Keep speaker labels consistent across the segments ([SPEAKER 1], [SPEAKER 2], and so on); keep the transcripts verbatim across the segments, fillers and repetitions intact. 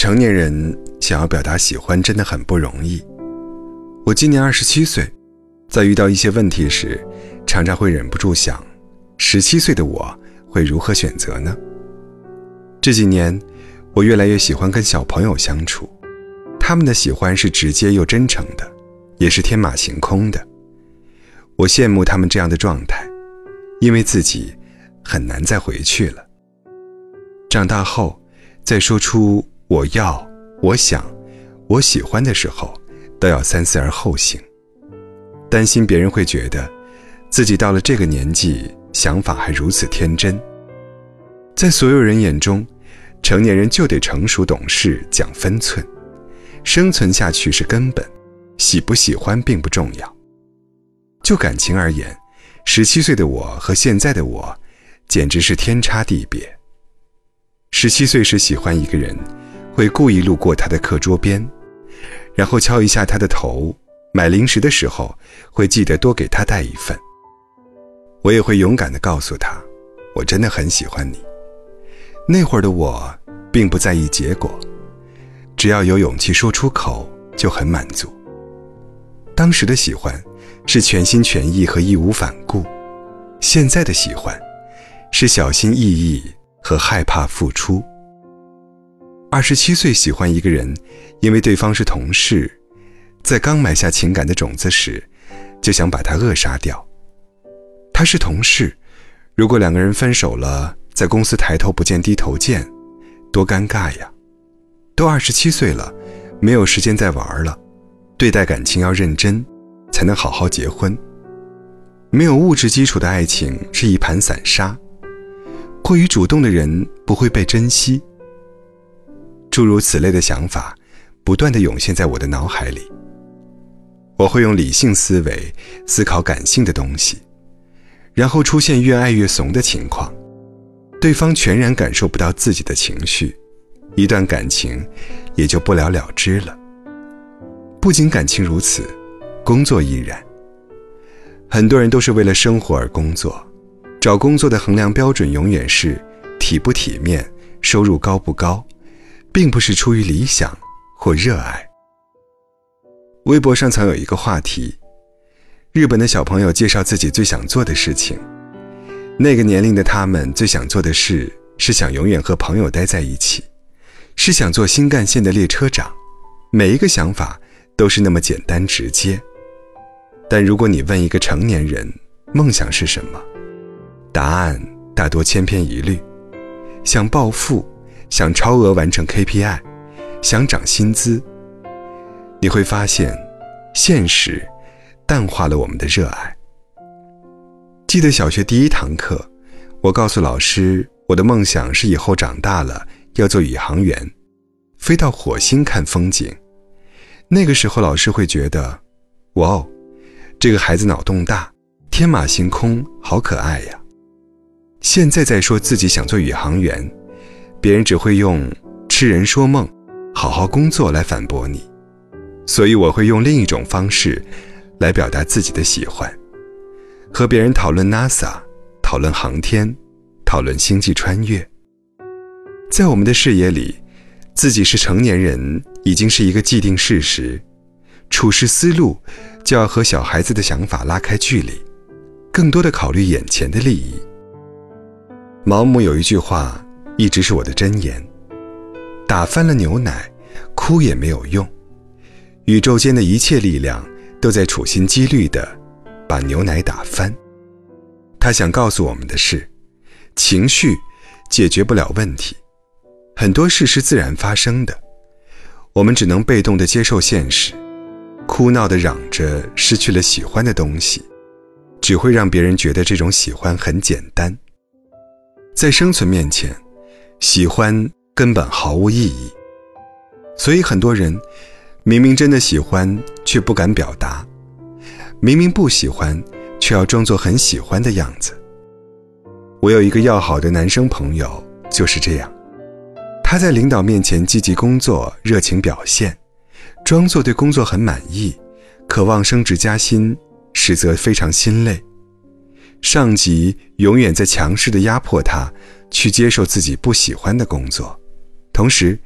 [SPEAKER 1] 成年人想要表达喜欢真的很不容易。我今年二十七岁，在遇到一些问题时，常常会忍不住想，十七岁的我会如何选择呢？这几年，我越来越喜欢跟小朋友相处，他们的喜欢是直接又真诚的，也是天马行空的。我羡慕他们这样的状态，因为自己很难再回去了。长大后，在说出我要、我想、我喜欢的时候，都要三思而后行，担心别人会觉得自己到了这个年纪，想法还如此天真。在所有人眼中，成年人就得成熟懂事，讲分寸，生存下去是根本，喜不喜欢并不重要。就感情而言，十七岁的我和现在的我简直是天差地别。十七岁时喜欢一个人，会故意路过他的课桌边，然后敲一下他的头，买零食的时候会记得多给他带一份。我也会勇敢地告诉他，我真的很喜欢你。那会儿的我并不在意结果，只要有勇气说出口就很满足。当时的喜欢是全心全意和义无反顾，现在的喜欢是小心翼翼和害怕付出。二十七岁喜欢一个人，因为对方是同事，在刚埋下情感的种子时，就想把他扼杀掉。他是同事，如果两个人分手了，在公司抬头不见低头见，多尴尬呀！都二十七岁了，没有时间再玩了，对待感情要认真，才能好好结婚。没有物质基础的爱情是一盘散沙，过于主动的人不会被珍惜。诸如此类的想法不断地涌现在我的脑海里。我会用理性思维思考感性的东西，然后出现越爱越怂的情况，对方全然感受不到自己的情绪，一段感情也就不了了之了。不仅感情如此，工作亦然。很多人都是为了生活而工作，找工作的衡量标准永远是体不体面，收入高不高，并不是出于理想或热爱。微博上曾有一个话题，日本的小朋友介绍自己最想做的事情。那个年龄的他们最想做的事是想永远和朋友待在一起，是想做新干线的列车长。每一个想法都是那么简单直接。但如果你问一个成年人梦想是什么，答案大多千篇一律。想暴富，想超额完成 K P I， 想涨薪资。你会发现现实淡化了我们的热爱。记得小学第一堂课，我告诉老师，我的梦想是以后长大了要做宇航员，飞到火星看风景。那个时候老师会觉得，哇哦，这个孩子脑洞大，天马行空，好可爱呀。现在再说自己想做宇航员，别人只会用痴人说梦，好好工作来反驳你。所以我会用另一种方式来表达自己的喜欢，和别人讨论 NASA， 讨论航天，讨论星际穿越。在我们的视野里，自己是成年人已经是一个既定事实，处事思路就要和小孩子的想法拉开距离，更多的考虑眼前的利益。毛姆有一句话一直是我的箴言，打翻了牛奶，哭也没有用。宇宙间的一切力量都在处心积虑地把牛奶打翻。他想告诉我们的是，情绪解决不了问题，很多事是自然发生的，我们只能被动地接受现实，哭闹地嚷着失去了喜欢的东西，只会让别人觉得这种喜欢很简单。在生存面前，喜欢根本毫无意义。所以很多人明明真的喜欢却不敢表达，明明不喜欢却要装作很喜欢的样子。我有一个要好的男生朋友就是这样，他在领导面前积极工作，热情表现，装作对工作很满意，渴望升职加薪，实则非常心累。上级永远在强势地压迫他去接受自己不喜欢的工作，同时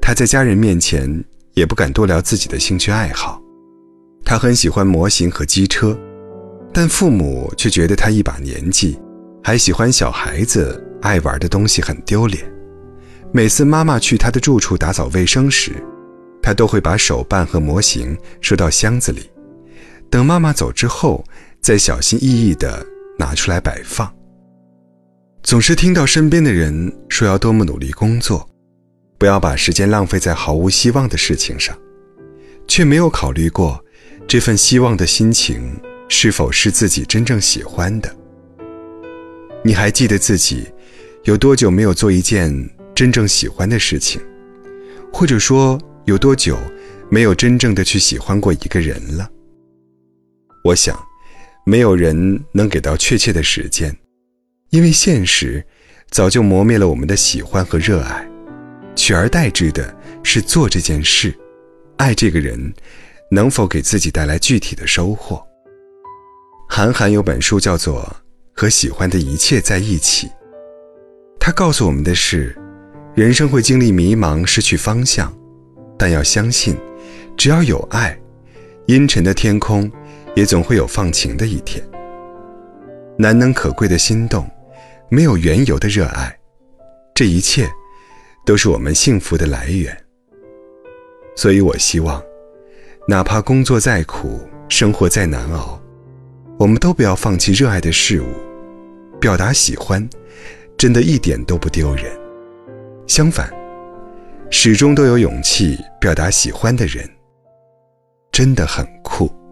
[SPEAKER 1] 他在家人面前也不敢多聊自己的兴趣爱好。他很喜欢模型和机车，但父母却觉得他一把年纪还喜欢小孩子爱玩的东西很丢脸。每次妈妈去他的住处打扫卫生时，他都会把手办和模型收到箱子里，等妈妈走之后再小心翼翼地拿出来摆放。总是听到身边的人说要多么努力工作，不要把时间浪费在毫无希望的事情上，却没有考虑过这份希望的心情是否是自己真正喜欢的。你还记得自己有多久没有做一件真正喜欢的事情，或者说有多久没有真正的去喜欢过一个人了？我想没有人能给到确切的时间，因为现实早就磨灭了我们的喜欢和热爱，取而代之的是做这件事，爱这个人能否给自己带来具体的收获。韩寒有本书叫做《和喜欢的一切在一起》，他告诉我们的是，人生会经历迷茫，失去方向，但要相信，只要有爱，阴沉的天空也总会有放晴的一天。难能可贵的心动，没有缘由的热爱，这一切都是我们幸福的来源。所以我希望，哪怕工作再苦，生活再难熬，我们都不要放弃热爱的事物。表达喜欢真的一点都不丢人，相反，始终都有勇气表达喜欢的人真的很酷。